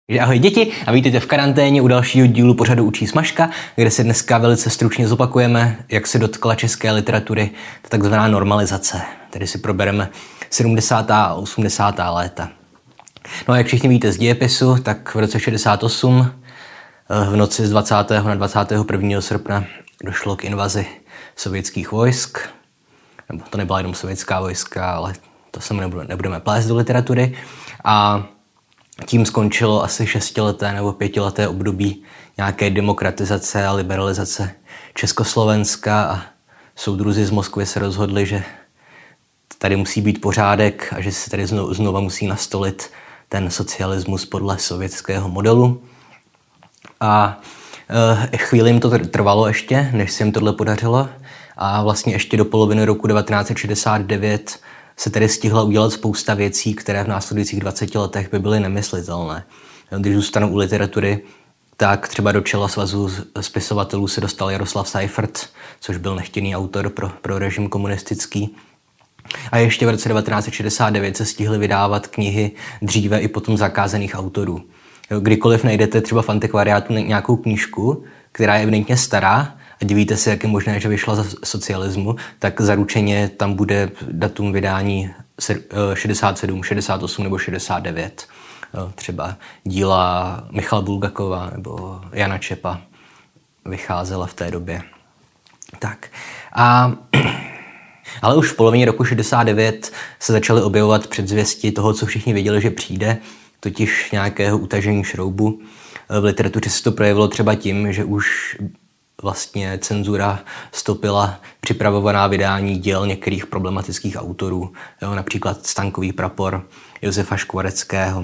Ahoj děti a vítejte v karanténě u dalšího dílu pořadu Učí Smažka, kde si dneska velice stručně zopakujeme, jak se dotkla české literatury ta takzvaná normalizace. Tedy si probereme 70. a 80. léta. No a jak všichni víte z dějepisu, tak v roce 68 v noci z 20. na 21. srpna došlo k invazi sovětských vojsk. Nebo to nebyla jenom sovětská vojska, ale to se nebudeme plést do literatury. A tím skončilo asi 6leté nebo 5leté období nějaké demokratizace a liberalizace Československa a soudruzi z Moskvy se rozhodli, že tady musí být pořádek a že se tady znova musí nastolit ten socialismus podle sovětského modelu. A chvíli jim to trvalo ještě, než se jim tohle podařilo. A vlastně ještě do poloviny roku 1969 se tedy stihla udělat spousta věcí, které v následujících 20 letech by byly nemyslitelné. Když zůstanu u literatury, tak třeba do čela svazu spisovatelů se dostal Jaroslav Seifert, což byl nechtěný autor pro režim komunistický. A ještě v roce 1969 se stihly vydávat knihy dříve i potom zakázaných autorů. Kdykoliv najdete třeba v antikvariátu nějakou knížku, která je evidentně stará, a divíte se, jak je možné, že vyšla za socialismu, tak zaručeně tam bude datum vydání 67, 68 nebo 69. Třeba díla Michala Bulgakova nebo Jana Čepa vycházela v té době. Tak. Ale už v polovině roku 69 se začaly objevovat předzvěsti toho, co všichni věděli, že přijde, totiž nějakého utažení šroubu. V literatuře se to projevilo třeba tím, že už vlastně cenzura stopila připravovaná vydání děl některých problematických autorů, například Stankový prapor Josefa Škvoreckého.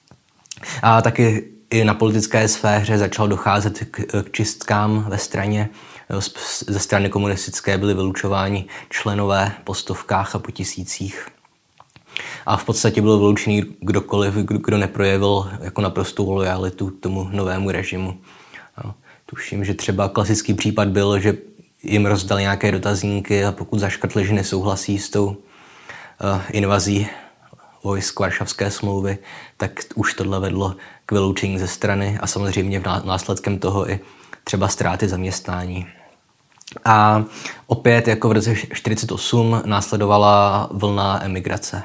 A taky i na politické sféře začalo docházet k čistkám ve straně. Ze strany komunistické byli vylučováni členové po stovkách a po tisících. A v podstatě byl vyloučený kdokoliv, kdo neprojevil jako naprostou lojalitu tomu novému režimu. Tuším, že třeba klasický případ byl, že jim rozdali nějaké dotazníky a pokud zaškrtli, že nesouhlasí s tou invazí vojsk Varšavské smlouvy, tak už tohle vedlo k vyloučení ze strany a samozřejmě následkem toho i třeba ztráty zaměstnání. A opět jako v roce 1948 následovala vlna emigrace.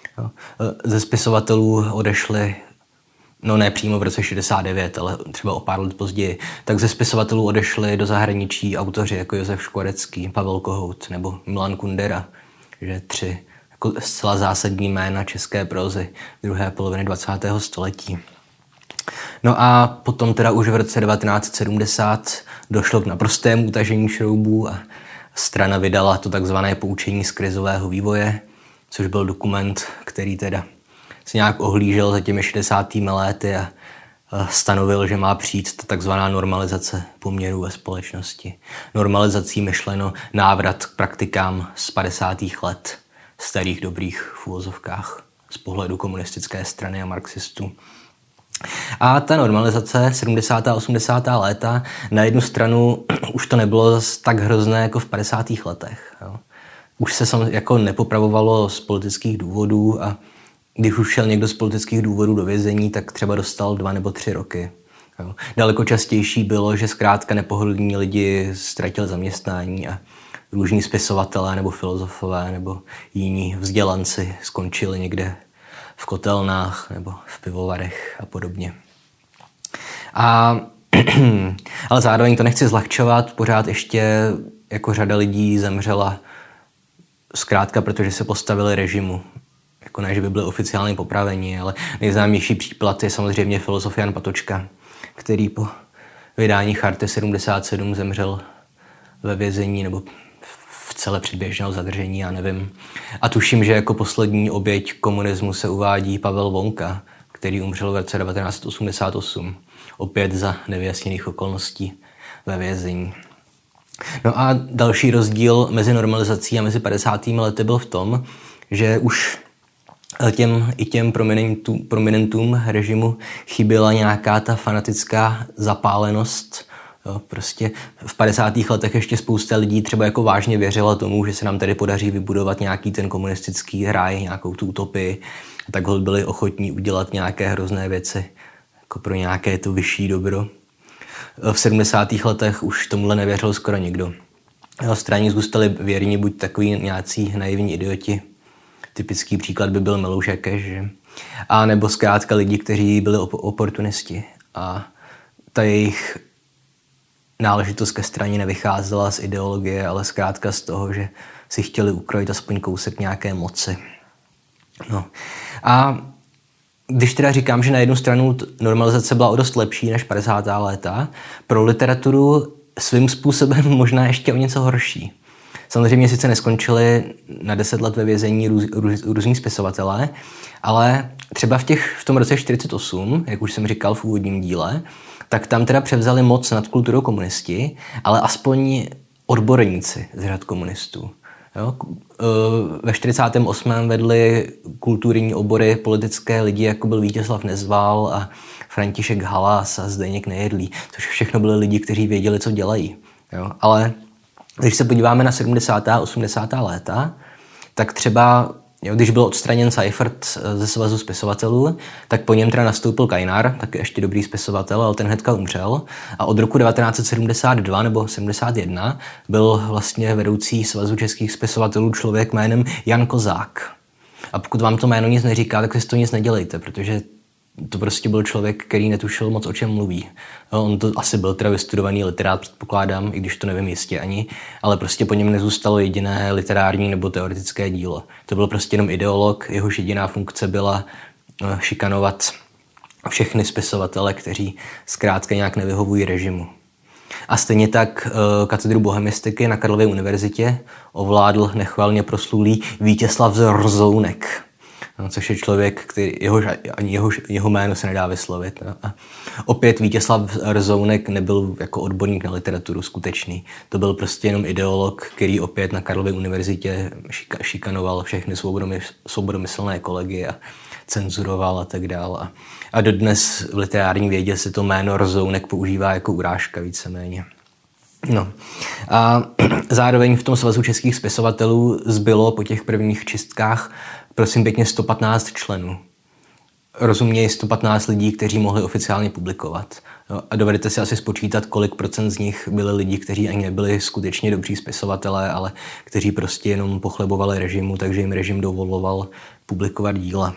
Ze spisovatelů odešli, no ne přímo v roce 69, ale třeba o pár let později, tak ze spisovatelů odešli do zahraničí autoři jako Josef Škvorecký, Pavel Kohout nebo Milan Kundera, že 3 jako zcela zásadní jména české prózy druhé poloviny 20. století. No a potom teda už v roce 1970 došlo k naprostému utažení šroubů a strana vydala to takzvané poučení z krizového vývoje, což byl dokument, který teda se nějak ohlížel za těmi 60. lety a stanovil, že má přijít ta takzvaná normalizace poměrů ve společnosti. Normalizací myšleno návrat k praktikám z 50. let, starých dobrých v uvozovkách z pohledu komunistické strany a marxistů. A ta normalizace 70. a 80. léta na jednu stranu už to nebylo zase tak hrozné jako v 50. letech. Jo. Už se jako nepopravovalo z politických důvodů a když už šel někdo z politických důvodů do vězení, tak třeba dostal 2 nebo 3 roky. Jo. Daleko častější bylo, že zkrátka nepohodlní lidi ztratili zaměstnání a různí spisovatelé nebo filozofové nebo jiní vzdělanci skončili někde v kotelnách nebo v pivovarech a podobně. Ale zároveň to nechci zlehčovat, pořád ještě jako řada lidí zemřela zkrátka, protože se postavili režimu. Jako ne, že by byli oficiálně popraveni, ale nejznámější příklad je samozřejmě filozof Jan Patočka, který po vydání Charty 77 zemřel ve vězení nebo v celé předběžného zadržení, já nevím. A tuším, že jako poslední oběť komunismu se uvádí Pavel Vonka, který umřel v roce 1988, opět za nevyjasněných okolností ve vězení. No a další rozdíl mezi normalizací a mezi 50. lety byl v tom, že už těm prominentům režimu chyběla nějaká ta fanatická zapálenost. Jo, prostě v 50. letech ještě spousta lidí třeba jako vážně věřila tomu, že se nám tady podaří vybudovat nějaký ten komunistický ráj, nějakou tu utopii. A tak byli ochotní udělat nějaké hrozné věci jako pro nějaké to vyšší dobro. V 70. letech už tomuhle nevěřil skoro nikdo. Straní zůstali věrní buď takový nějací naivní idioti, typický příklad by byl Miloš Jakeš, že? A nebo zkrátka lidi, kteří byli oportunisti. A ta jejich náležitost ke straně nevycházela z ideologie, ale zkrátka z toho, že si chtěli ukrojit aspoň kousek nějaké moci. No. A když teda říkám, že na jednu stranu normalizace byla o dost lepší než 50. léta, pro literaturu svým způsobem možná ještě o něco horší. Samozřejmě sice neskončili na 10 let ve vězení různí spisovatelé, ale třeba v tom roce 48, jak už jsem říkal v úvodním díle, tak tam teda převzali moc nad kulturou komunisti, ale aspoň odborníci z řad komunistů. Jo? Ve 48. vedli kulturní obory politické lidi, jako byl Vítězslav Nezval a František Halas a Zdeněk Nejedlý, což všechno byli lidi, kteří věděli, co dělají. Jo? Ale když se podíváme na 70. a 80. léta, tak třeba, když byl odstraněn Seifert ze Svazu spisovatelů, tak po něm teda nastoupil Kajnar, taky ještě dobrý spisovatel, ale ten hnedka umřel. A od roku 1972 nebo 71 byl vlastně vedoucí Svazu českých spisovatelů člověk jménem Jan Kozák. A pokud vám to jméno nic neříká, tak si z toho nic nedělejte, protože to prostě byl člověk, který netušil moc, o čem mluví. On to asi byl teda vystudovaný literát, předpokládám, i když to nevím jistě ani, ale prostě po něm nezůstalo jediné literární nebo teoretické dílo. To byl prostě jenom ideolog, jehož jediná funkce byla šikanovat všechny spisovatele, kteří zkrátka nějak nevyhovují režimu. A stejně tak katedru bohemistiky na Karlově univerzitě ovládl nechvalně proslulý Vítězslav Rzounek. No, což je člověk, který jeho jméno se nedá vyslovit. No. A opět Vítězslav Rzounek nebyl jako odborník na literaturu skutečný. To byl prostě jenom ideolog, který opět na Karlově univerzitě šikanoval všechny svobodomyslné kolegy a cenzuroval a tak dále. A dodnes v literární vědě se to jméno Rzounek používá jako urážka víceméně. No. A zároveň v tom Svazu českých spisovatelů zbylo po těch prvních čistkách prosím pěkně 115 členů. Rozumějí 115 lidí, kteří mohli oficiálně publikovat. No, a dovedete si asi spočítat, kolik procent z nich byli lidi, kteří ani nebyli skutečně dobří spisovatelé, ale kteří prostě jenom pochlebovali režimu, takže jim režim dovoloval publikovat díla.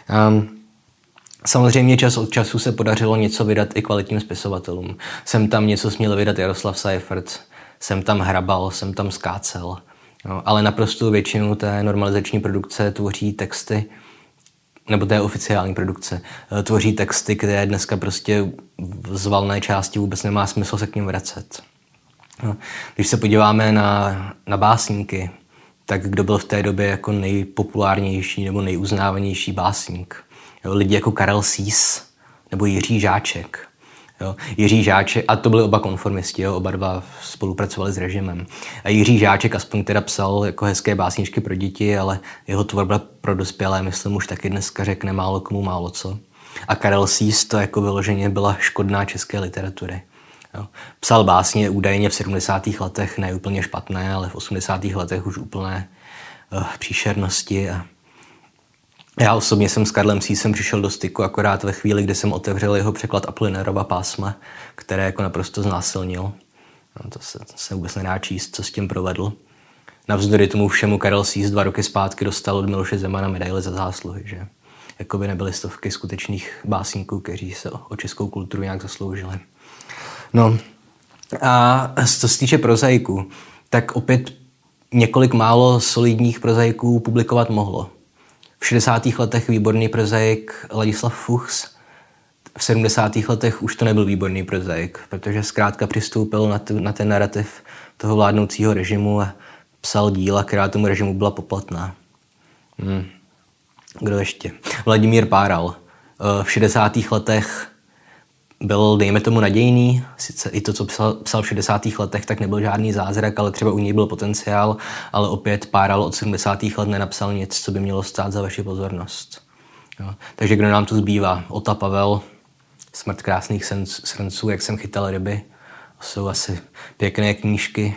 Samozřejmě čas od času se podařilo něco vydat i kvalitním spisovatelům. Sem tam něco směl vydat Jaroslav Seifert, sem tam Hrabal, sem tam Skácel. No, ale naprosto většinu té normalizační produkce tvoří texty, nebo té oficiální produkce, tvoří texty, které dneska prostě z valné části vůbec nemá smysl se k nim vracet. No, když se podíváme na básníky, tak kdo byl v té době jako nejpopulárnější nebo nejuznávanější básník? Jo, lidi jako Karel Sýs nebo Jiří Žáček. Jo, Jiří Žáček, a to byli oba konformisti, jo, oba dva spolupracovali s režimem. A Jiří Žáček aspoň teda psal jako hezké básničky pro děti, ale jeho tvorba pro dospělé, myslím, už taky dneska řekne málo komu málo co. A Karel Sýs to jako vyloženě byla škodná české literatury. Jo. Psal básně údajně v 70. letech ne úplně špatné, ale v 80. letech už úplné příšernosti. A já osobně jsem s Karlem Sýsem přišel do styku akorát ve chvíli, kdy jsem otevřel jeho překlad Apollinairova pásma, které jako naprosto znásilnil. No, to se vůbec nedá číst, co s tím provedl. Navzdory tomu všemu Karel Sýs 2 roky zpátky dostal od Miloše Zemana medaili za zásluhy, že jakoby nebyly stovky skutečných básníků, kteří se o českou kulturu nějak zasloužili. No a co se týče prozaiků, tak opět několik málo solidních prozaiků publikovat mohlo. V 60. letech výborný prozaik Ladislav Fuchs, v 70. letech už to nebyl výborný prozaik, protože zkrátka přistoupil na ten narrativ toho vládnoucího režimu a psal díla, která tomu režimu byla poplatná. Kdo ještě? Vladimír Páral. V 60. letech byl, dejme tomu, nadějný, sice i to, co psal v 60. letech, tak nebyl žádný zázrak, ale třeba u něj byl potenciál, ale opět Páral od 70. let nenapsal nic, co by mělo stát za vaši pozornost. Jo. Takže kdo nám tu zbývá? Ota Pavel, Smrt krásných srnců, Jak jsem chytal ryby. Jsou asi pěkné knížky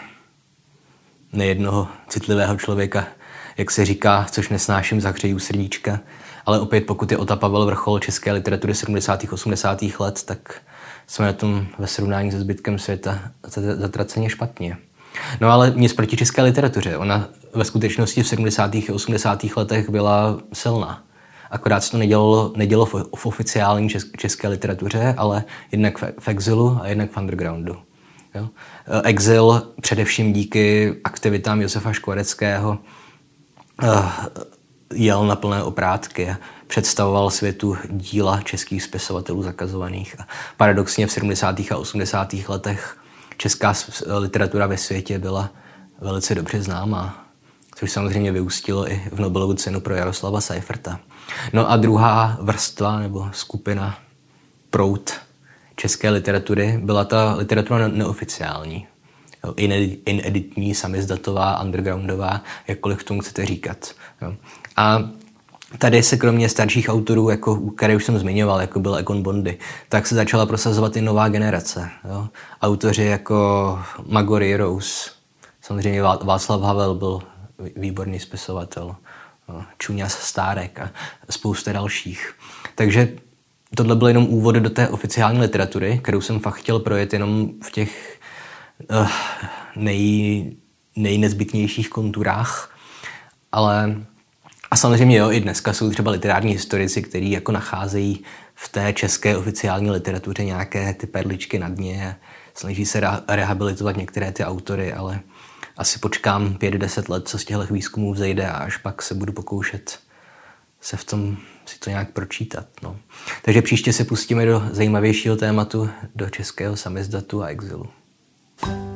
nejednoho citlivého člověka, jak se říká, což nesnáším, zahřeju srdíčka. Ale opět, pokud je Ota Pavel vrchol české literatury 70. 80. let, tak jsme na tom ve srovnání se zbytkem světa zatraceně špatně. No ale nic proti české literatuře. Ona ve skutečnosti v 70. a 80. letech byla silná. Akorát se to nedělo v oficiální české literatuře, ale jednak v exilu a jednak v undergroundu. Jo? Exil především díky aktivitám Josefa Škvoreckého jel na plné oprátky, představoval světu díla českých spisovatelů zakazovaných. A paradoxně v 70. a 80. letech česká literatura ve světě byla velice dobře známá, což samozřejmě vyústilo i v Nobelovu cenu pro Jaroslava Seiferta. No a druhá vrstva nebo skupina, proud české literatury, byla ta literatura neoficiální. Ineditní, samizdatová, undergroundová, jakkoliv tomu chcete říkat. A tady se kromě starších autorů, které už jsem zmiňoval, jako byl Egon Bondy, tak se začala prosazovat i nová generace. Jo. Autoři jako Magor Rose, samozřejmě Václav Havel byl výborný spisovatel, Čuňas Stárek a spousta dalších. Takže tohle byl jenom úvod do té oficiální literatury, kterou jsem fakt chtěl projet jenom v těch nejnezbytnějších konturách. A samozřejmě jo, i dneska jsou třeba literární historici, kteří jako nacházejí v té české oficiální literatuře nějaké ty perličky na dně. Snaží se rehabilitovat některé ty autory, ale asi počkám 5-10 let, co z těchto výzkumů vzejde, a až pak se budu pokoušet se v tom si to nějak pročítat. No. Takže příště se pustíme do zajímavějšího tématu, do českého samizdatu a exilu.